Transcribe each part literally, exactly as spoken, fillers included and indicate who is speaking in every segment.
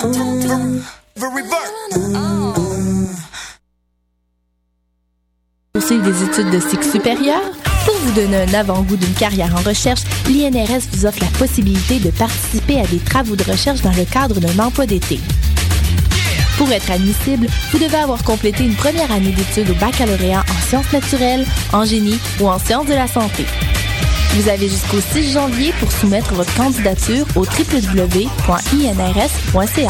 Speaker 1: Poursuivre des études de cycle supérieur? Pour vous donner un avant-goût d'une carrière en recherche, l'I N R S vous offre la possibilité de participer à des travaux de recherche dans le cadre d'un emploi d'été. Pour être admissible, vous devez avoir complété une première année d'études au baccalauréat en sciences naturelles, en génie ou en sciences de la santé. Vous avez jusqu'au six janvier pour soumettre votre candidature au w w w point i n r s point c a.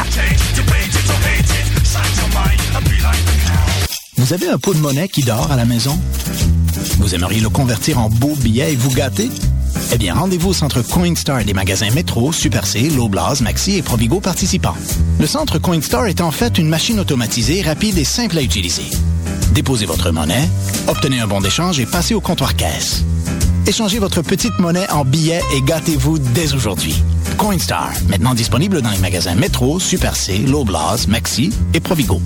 Speaker 2: Vous avez un pot de monnaie qui dort à la maison? Vous aimeriez le convertir en beau billet et vous gâter? Eh bien, rendez-vous au centre Coinstar des magasins Métro, Super C, Loblaws, Maxi et Provigo participants. Le centre Coinstar est en fait une machine automatisée, rapide et simple à utiliser. Déposez votre monnaie, obtenez un bon d'échange et passez au comptoir caisse. Échangez votre petite monnaie en billets et gâtez-vous dès aujourd'hui. Coinstar, maintenant disponible dans les magasins Métro, Super C, Loblaws, Maxi et Provigo.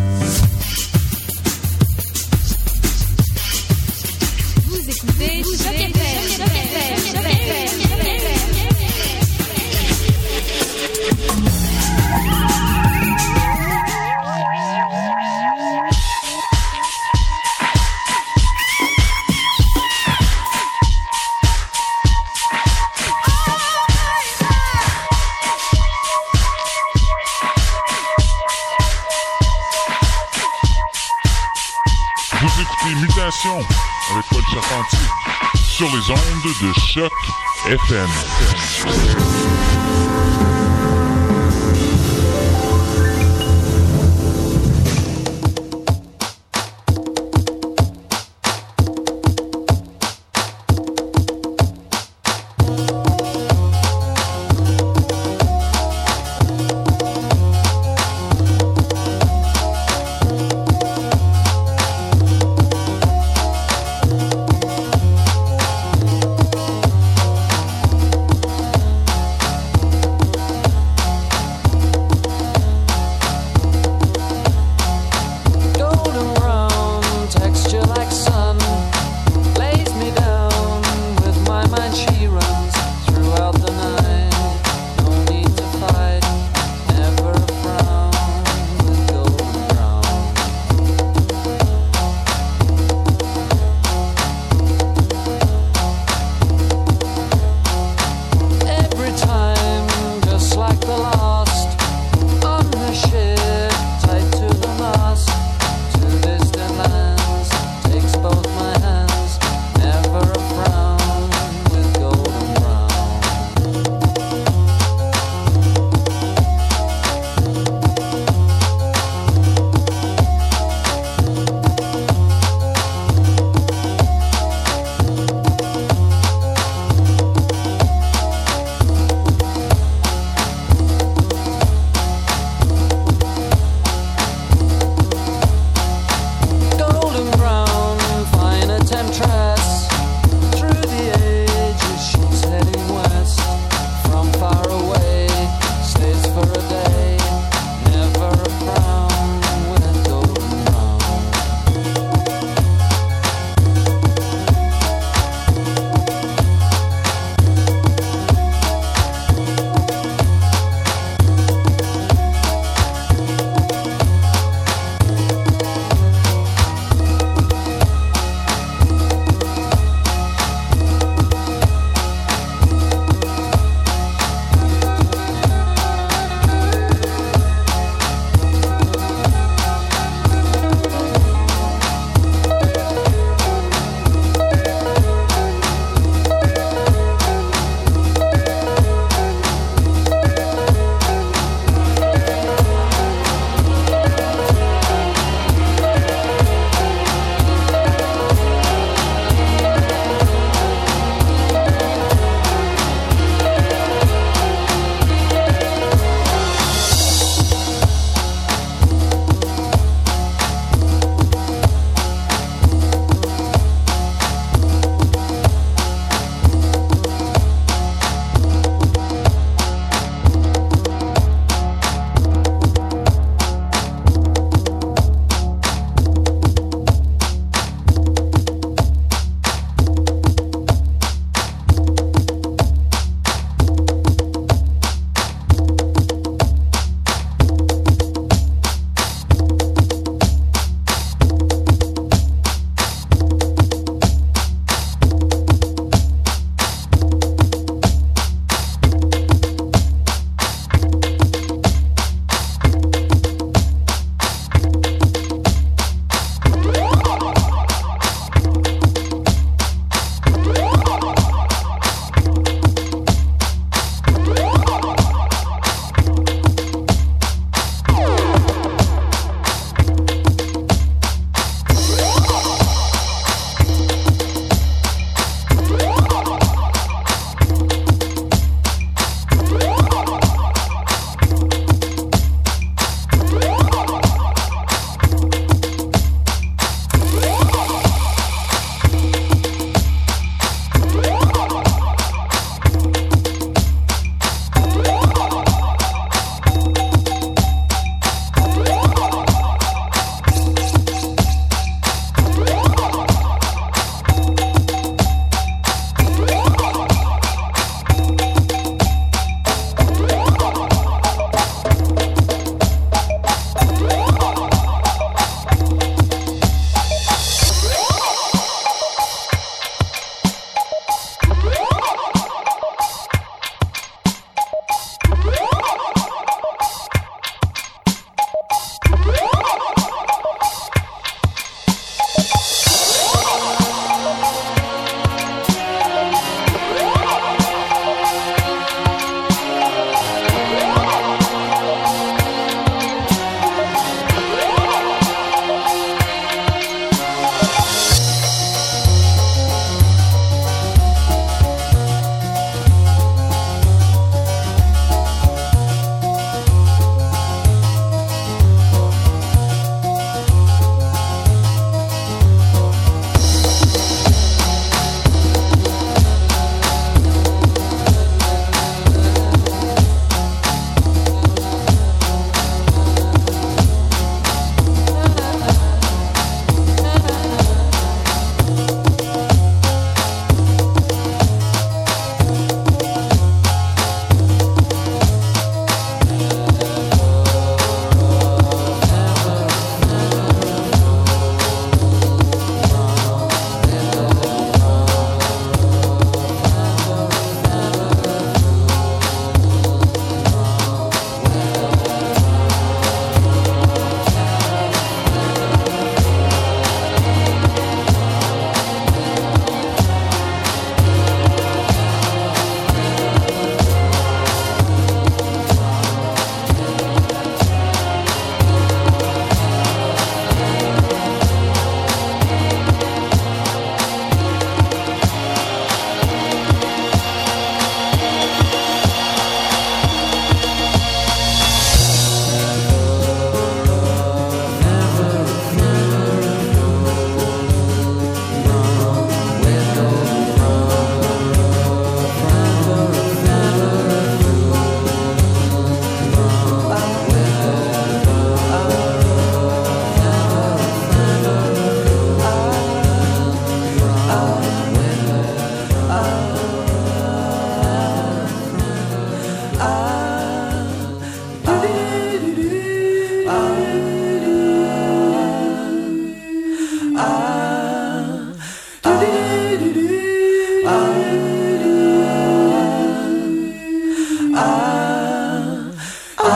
Speaker 3: Mutation avec Paul Charpentier sur les ondes de Choc F M.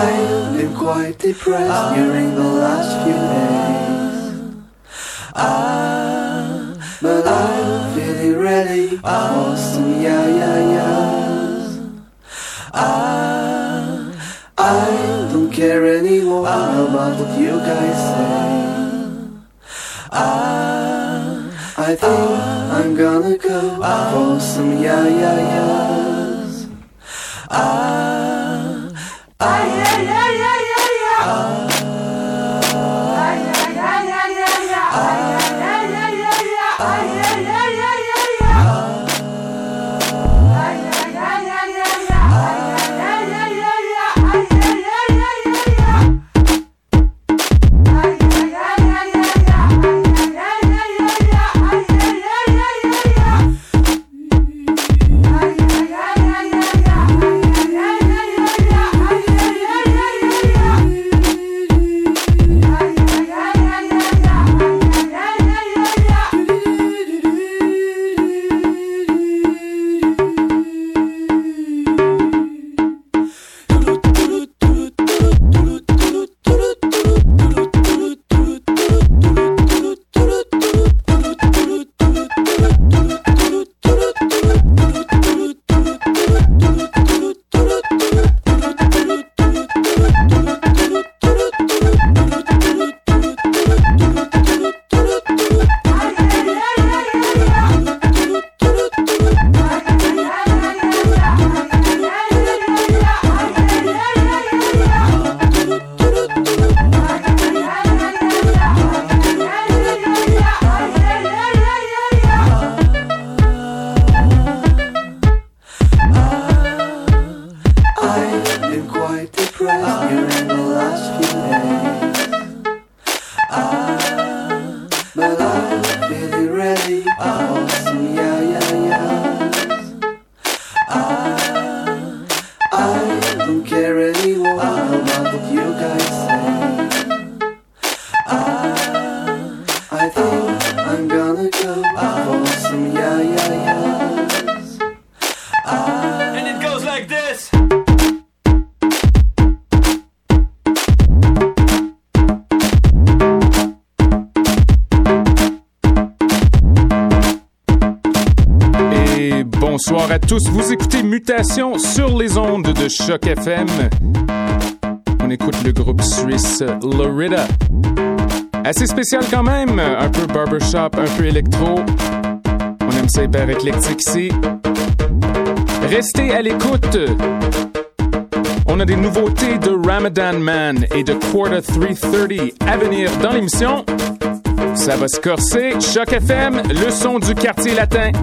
Speaker 4: I've been quite depressed during the last few days. Ah, but I'm feeling ready for some yeah yeah yeahs. Ah, I don't care anymore about what you guys say. Ah, I think I'm gonna go for some yeah yeah yeahs. Ah, ah yeah yeah yeah yeah yeah. Ah, ah yeah yeah yeah yeah yeah. Ah yeah yeah yeah yeah yeah. Ah yeah yeah yeah yeah yeah. Ah yeah yeah yeah yeah yeah. Ah yeah yeah yeah yeah yeah. Ah yeah yeah yeah yeah yeah. Ah yeah yeah yeah yeah yeah. Ah yeah yeah yeah yeah yeah. Ah yeah yeah yeah yeah yeah. Ah yeah yeah yeah yeah yeah.
Speaker 5: Bonsoir à tous, vous écoutez Mutation sur les ondes de Choc F M. On écoute le groupe suisse Lorida. Assez spécial quand même, un peu barbershop, un peu électro. On aime ça hyper éclectique ici. Restez à l'écoute. On a des nouveautés de Ramadan Man et de Quarter trois trente à venir dans l'émission. Ça va se corser. Choc F M, le son du quartier latin.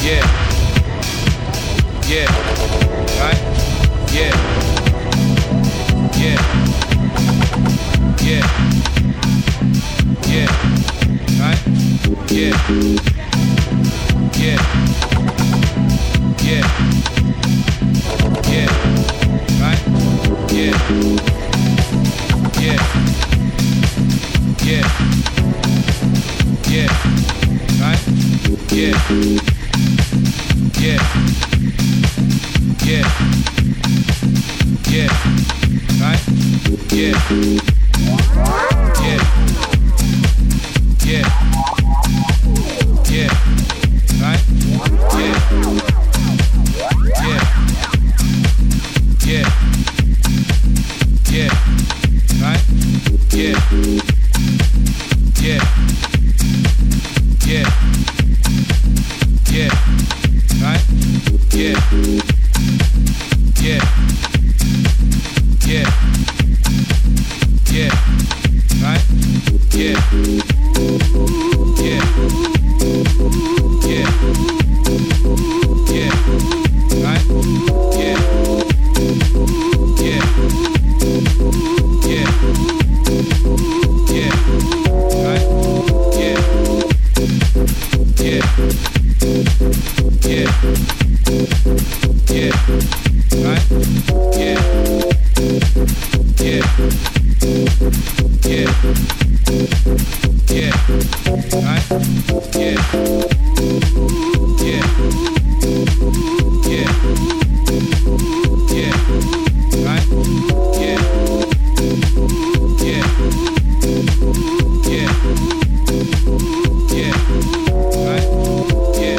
Speaker 6: Yeah. Yeah. Right? Yeah. Yeah. Yeah. Yeah. Right? Yeah. Yeah. Yeah. Yeah. Right? Yeah. Yeah. Yeah. Yeah. Right? Yeah. Yeah. Yeah. Yeah. Right? Yeah. Yeah. Yeah. Yeah. Right? Yeah. Yeah. Yeah. Yeah. Right? Yeah. Yeah. Yeah. Yeah. Right? Yeah. Yeah. Yeah. Yeah. Right? Yeah. Yeah. Yeah. Yeah. Right? Yeah. Yeah. Yeah. Yeah. Right? Yeah. Yeah. Yeah. Yeah. Right? Yeah. Yeah. Yeah. Yeah. Right? Yeah. Yeah. Yeah. Yeah. Right? Yeah. Yeah. Yeah. Yeah. Right? Yeah.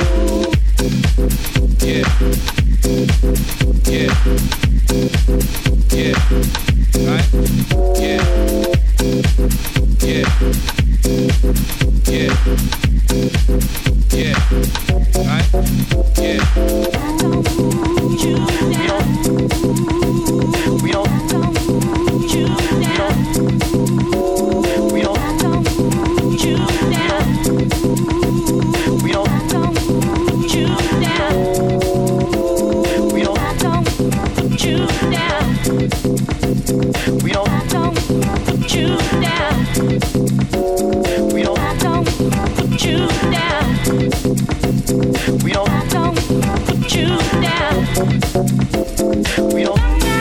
Speaker 6: Yeah. Yeah. Yeah. Right? Yeah. Yeah. Yeah. Yeah. Right? Yeah. We don't. We don't. We don't. We don't. We don't. We don't. Put you down. We don't. Put you down. We don't. Put you down. We don't.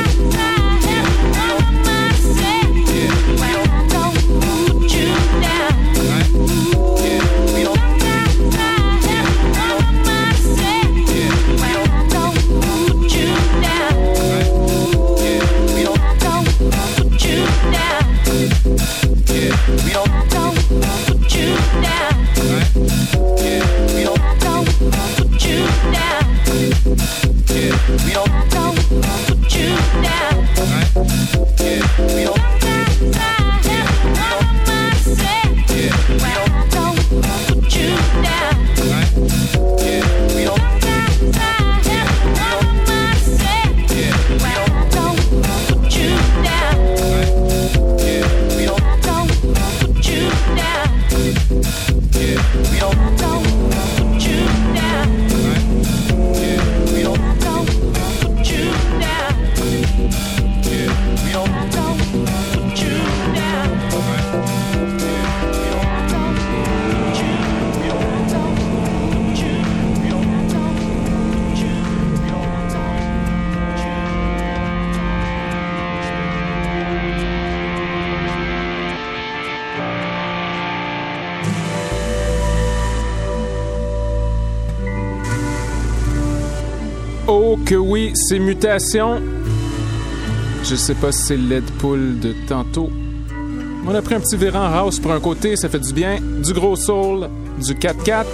Speaker 5: Oh que oui, c'est Mutation. Je sais pas si c'est le Deadpool de tantôt. On a pris un petit virant house pour un côté, ça fait du bien. Du gros soul, du quatre quatre.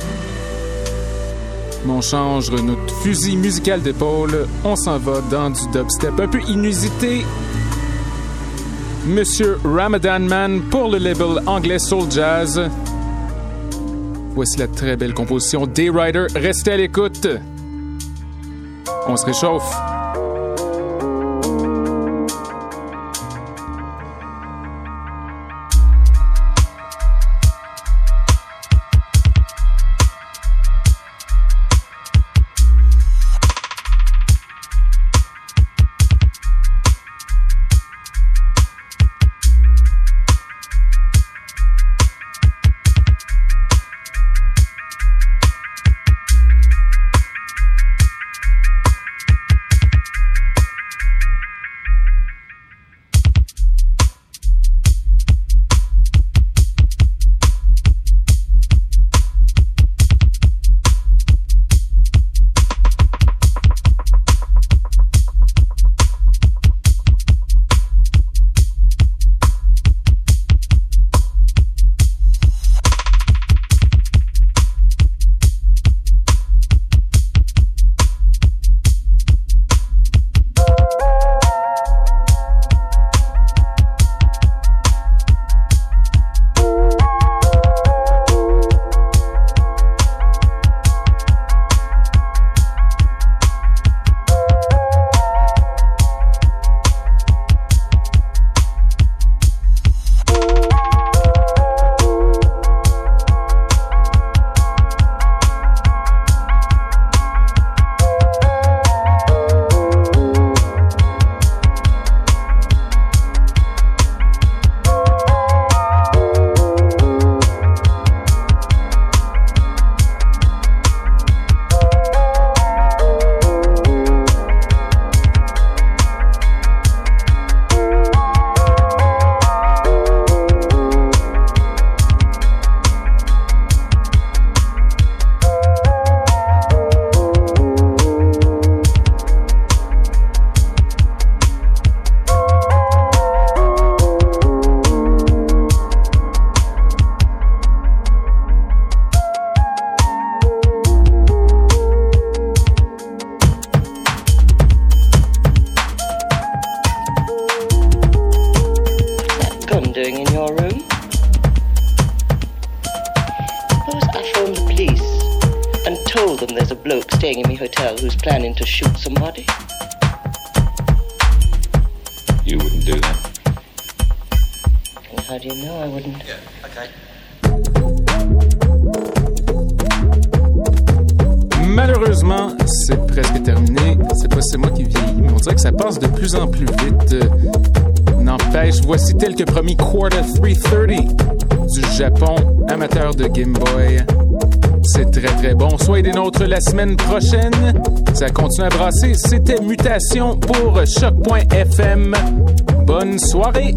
Speaker 5: Mais on change notre fusil musical d'épaule. On s'en va dans du dubstep un peu inusité. Monsieur Ramadan Man pour le label anglais Soul Jazz. Voici la très belle composition Day Rider. Restez à l'écoute. On se réchauffe.
Speaker 7: told them there's a bloke staying in my hotel who's planning to shoot somebody?
Speaker 8: You wouldn't do that.
Speaker 7: And how do you know I wouldn't?
Speaker 8: Yeah, okay.
Speaker 5: Malheureusement, c'est presque terminé. C'est pas c'est moi qui vieillis, mais on dirait que ça passe de plus en plus vite. N'empêche, voici tel que promis Quarter three thirty du Japon, amateur de Game Boy. C'est très très bon. Soyez des nôtres la semaine prochaine. Ça continue à brasser. C'était Mutation pour choc point f m. Bonne soirée!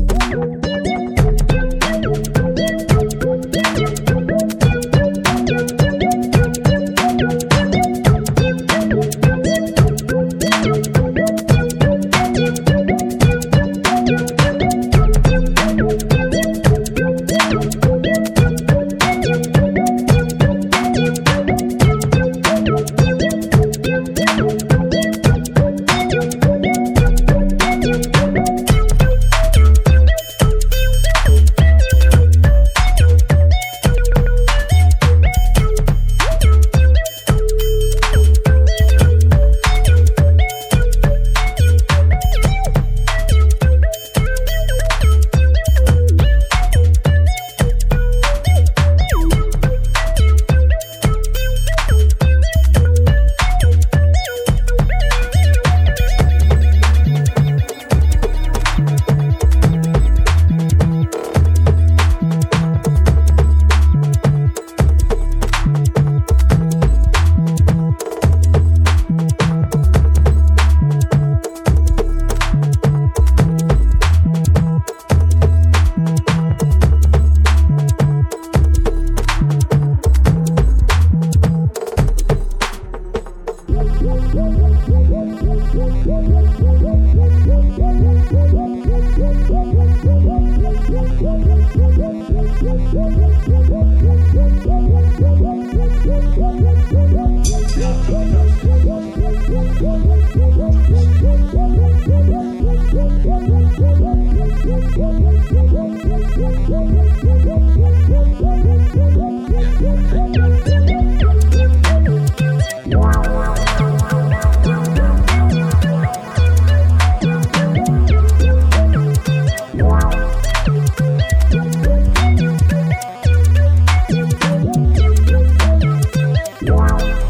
Speaker 6: Wow.